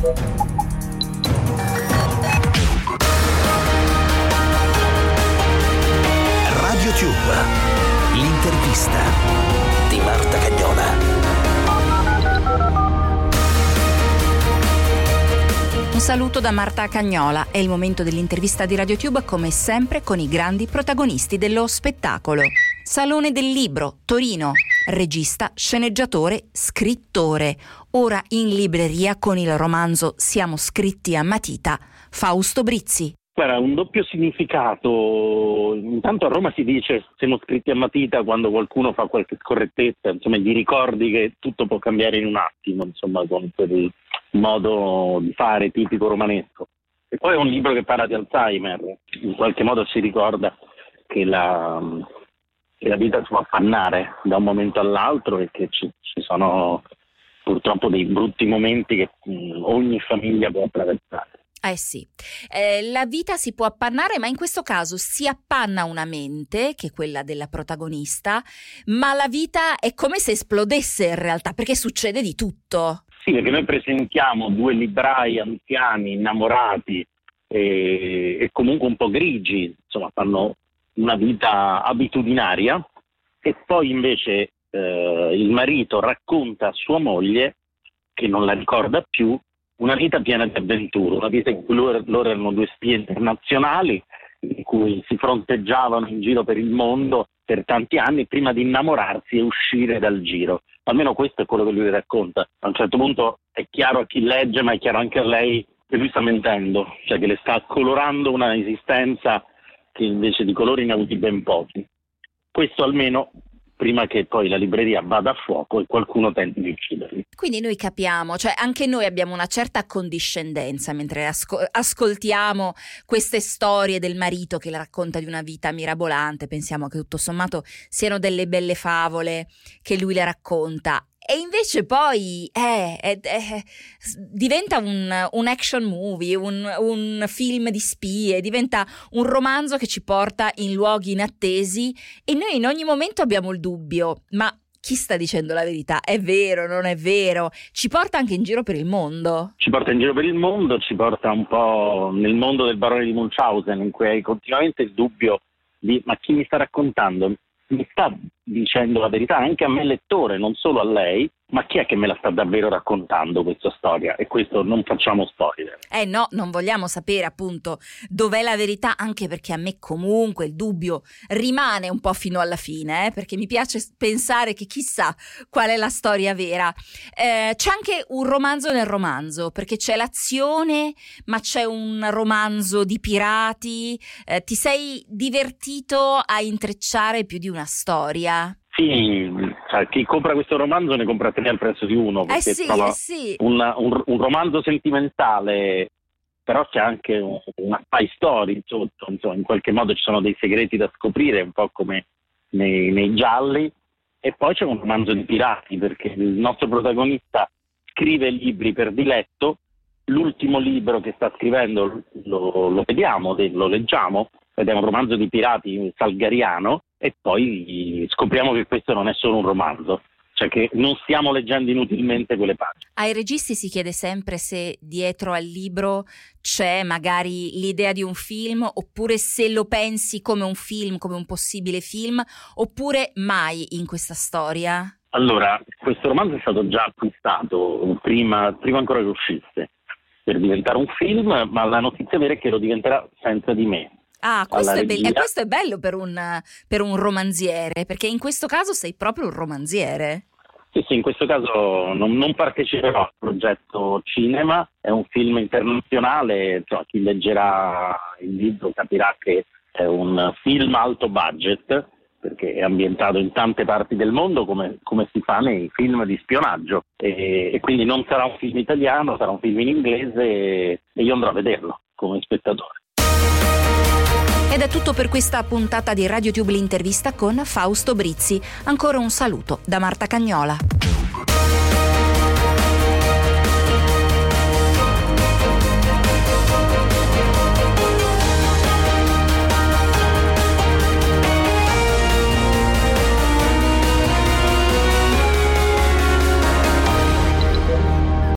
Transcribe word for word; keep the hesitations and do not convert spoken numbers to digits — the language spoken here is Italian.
RadioTube, l'intervista di Marta Cagnola. Un saluto da Marta Cagnola. È il momento dell'intervista di RadioTube, come sempre con i grandi protagonisti dello spettacolo. Salone del Libro, Torino. Regista, sceneggiatore, scrittore. Ora in libreria con il romanzo Siamo scritti a matita, Fausto Brizzi. Guarda, un doppio significato. Intanto a Roma si dice siamo scritti a matita quando qualcuno fa qualche scorrettezza, insomma gli ricordi che tutto può cambiare in un attimo, insomma, con quel modo di fare tipico romanesco. E poi è un libro che parla di Alzheimer, in qualche modo ci ricorda che la, che la vita si può affannare da un momento all'altro e che ci, ci sono purtroppo dei brutti momenti che mh, ogni famiglia può attraversare. Eh sì, eh, la vita si può appannare, ma in questo caso si appanna una mente, che è quella della protagonista, ma la vita è come se esplodesse in realtà, perché succede di tutto. Sì, perché noi presentiamo due librai anziani, innamorati e, e comunque un po' grigi, insomma fanno una vita abitudinaria, e poi invece eh, il marito racconta a sua moglie, che non la ricorda più, una vita piena di avventure, una vita in cui loro, loro erano due spie internazionali, in cui si fronteggiavano in giro per il mondo per tanti anni prima di innamorarsi e uscire dal giro. Almeno questo è quello che lui racconta. A un certo punto è chiaro a chi legge, ma è chiaro anche a lei che lui sta mentendo, cioè che le sta colorando una esistenza che invece di colori ne ha avuti ben pochi. Questo almeno prima che poi la libreria vada a fuoco e qualcuno tenti di ucciderli. Quindi noi capiamo, cioè anche noi abbiamo una certa accondiscendenza mentre asco- ascoltiamo queste storie del marito che le racconta di una vita mirabolante, pensiamo che tutto sommato siano delle belle favole che lui le racconta. E invece poi eh, eh, eh, diventa un, un action movie, un, un film di spie, diventa un romanzo che ci porta in luoghi inattesi e noi in ogni momento abbiamo il dubbio, ma chi sta dicendo la verità? È vero, non è vero? Ci porta anche in giro per il mondo. Ci porta in giro per il mondo, ci porta un po' nel mondo del barone di Munchausen, in cui hai continuamente il dubbio di ma chi mi sta raccontando? Mi sta dicendo la verità anche a me lettore, non solo a lei, ma chi è che me la sta davvero raccontando questa storia? E questo non facciamo spoiler. Eh no, non vogliamo sapere appunto dov'è la verità, anche perché a me comunque il dubbio rimane un po' fino alla fine, eh, perché mi piace pensare che chissà qual è la storia vera. Eh, c'è anche un romanzo nel romanzo, perché c'è l'azione, ma c'è un romanzo di pirati. Eh, ti sei divertito a intrecciare più di una storia? Sì, cioè, chi compra questo romanzo ne compra tre al prezzo di uno, perché eh sì, trova eh sì. un, un, un romanzo sentimentale, però c'è anche un, una spy story sotto, insomma, in qualche modo ci sono dei segreti da scoprire, un po' come nei, nei gialli, e poi c'è un romanzo di pirati, perché il nostro protagonista scrive libri per diletto, l'ultimo libro che sta scrivendo lo, lo vediamo, lo leggiamo, ed è un romanzo di pirati salgariano, e poi scopriamo che questo non è solo un romanzo, cioè che non stiamo leggendo inutilmente quelle pagine. Ai registi si chiede sempre se dietro al libro c'è magari l'idea di un film, oppure se lo pensi come un film, come un possibile film, oppure mai in questa storia? Allora, questo romanzo è stato già acquistato prima, prima ancora che uscisse per diventare un film, ma la notizia vera è che lo diventerà senza di me. Ah, questo è, be- e questo è bello per un, per un romanziere, perché in questo caso sei proprio un romanziere. Sì, sì, in questo caso non, non parteciperò al progetto cinema, è un film internazionale, insomma, chi leggerà il libro capirà che è un film alto budget, perché è ambientato in tante parti del mondo come, come si fa nei film di spionaggio, e, e quindi non sarà un film italiano, sarà un film in inglese e, e io andrò a vederlo come spettatore. Ed è tutto per questa puntata di RadioTube l'intervista con Fausto Brizzi. Ancora un saluto da Marta Cagnola.